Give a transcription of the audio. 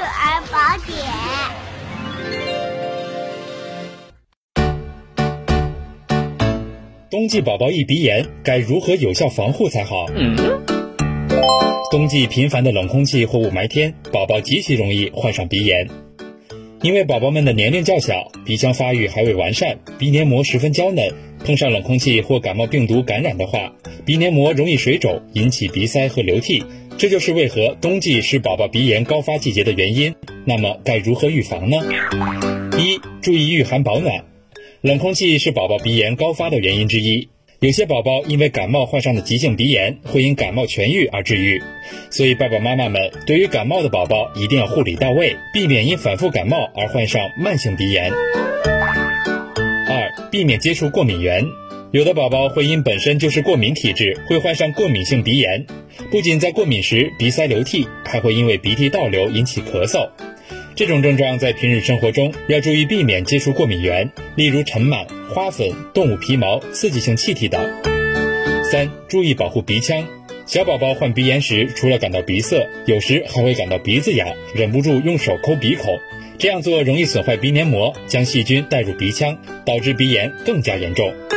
儿宝典。 冬季宝宝易鼻炎，该如何有效防护才好？冬季频繁的冷空气或雾霾天，宝宝极其容易患上鼻炎。因为宝宝们的年龄较小，鼻腔发育还未完善，鼻黏膜十分娇嫩，碰上冷空气或感冒病毒感染的话，鼻黏膜容易水肿，引起鼻塞和流涕，这就是为何冬季是宝宝鼻炎高发季节的原因。那么该如何预防呢？一、注意御寒保暖。冷空气是宝宝鼻炎高发的原因之一，有些宝宝因为感冒患上的急性鼻炎，会因感冒痊愈而治愈，所以爸爸妈妈们对于感冒的宝宝一定要护理到位，避免因反复感冒而患上慢性鼻炎。二、避免接触过敏源。有的宝宝会因本身就是过敏体质，会患上过敏性鼻炎，不仅在过敏时鼻塞流涕，还会因为鼻涕倒流引起咳嗽。这种症状在平日生活中要注意避免接触过敏源，例如尘螨、花粉、动物皮毛、刺激性气体等。三、注意保护鼻腔。小宝宝患鼻炎时，除了感到鼻塞，有时还会感到鼻子痒，忍不住用手抠鼻孔，这样做容易损坏鼻黏膜，将细菌带入鼻腔，导致鼻炎更加严重。